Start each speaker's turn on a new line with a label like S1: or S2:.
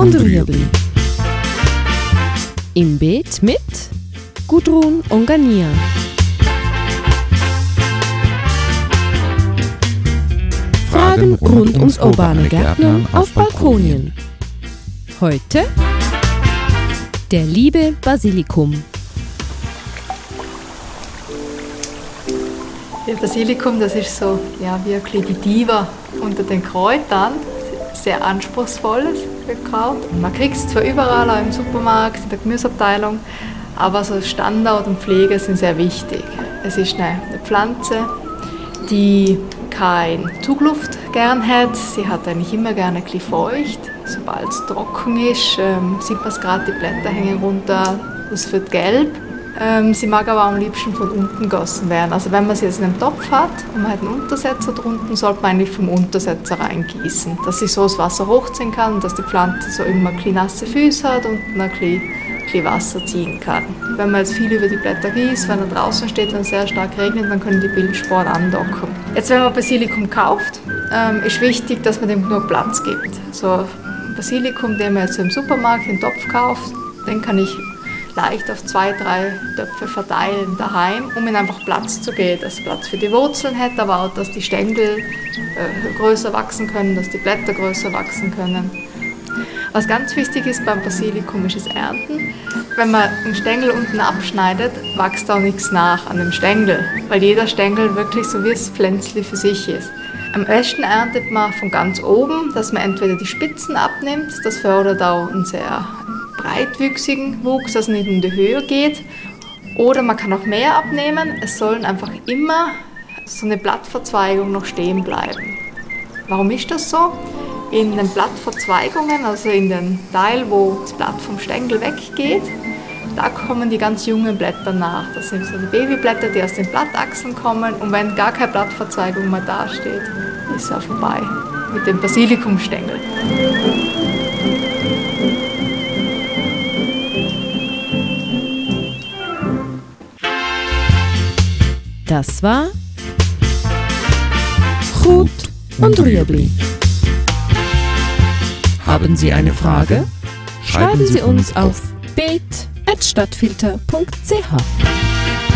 S1: und Rüebli. Im Beet mit Gudrun und Gania. Fragen rund ums urbane Gärtnern auf Balkonien. Heute der liebe Basilikum.
S2: Ja, Basilikum, das ist so wirklich die Diva unter den Kräutern. Sehr anspruchsvolles Kraut. Man kriegt es zwar überall, auch im Supermarkt, in der Gemüseabteilung, aber so Standard und Pflege sind sehr wichtig. Es ist eine Pflanze, die keine Zugluft gern hat. Sie hat eigentlich immer gerne ein bisschen feucht. Sobald es trocken ist, sieht man es gerade, die Blätter hängen runter, es wird gelb. Sie mag aber am liebsten von unten gegossen werden. Also wenn man sie jetzt in einem Topf hat und man hat einen Untersetzer drunten, sollte man eigentlich vom Untersetzer reingießen, dass sich so das Wasser hochziehen kann und dass die Pflanze so immer ein bisschen nasse Füße hat und ein bisschen Wasser ziehen kann. Wenn man jetzt viel über die Blätter gießt, wenn er draußen steht, wenn es sehr stark regnet, dann können die Bildsporen andocken. Jetzt, wenn man Basilikum kauft, ist wichtig, dass man dem genug Platz gibt. So Basilikum, den man jetzt im Supermarkt im Topf kauft, den kann ich leicht auf 2-3 Töpfe verteilen daheim, um ihm einfach Platz zu geben, dass Platz für die Wurzeln hat, aber auch, dass die Stängel größer wachsen können, dass die Blätter größer wachsen können. Was ganz wichtig ist beim Basilikum ist das Ernten. Wenn man einen Stängel unten abschneidet, wächst auch nichts nach an dem Stängel, weil jeder Stängel wirklich so wie das Pflänzli für sich ist. Am besten erntet man von ganz oben, dass man entweder die Spitzen abnimmt, das fördert auch einen sehr breitwüchsigen Wuchs, dass es nicht in die Höhe geht. Oder man kann auch mehr abnehmen. Es sollen einfach immer so eine Blattverzweigung noch stehen bleiben. Warum ist das so? In den Blattverzweigungen, also in den Teil, wo das Blatt vom Stängel weggeht, da kommen die ganz jungen Blätter nach. Das sind so die Babyblätter, die aus den Blattachseln kommen. Und wenn gar keine Blattverzweigung mehr dasteht, ist es auch vorbei mit dem Basilikumstängel.
S1: Das war Gut und Rüebli. Haben Sie eine Frage? Schreiben Sie uns auf beet@stadtfilter.ch.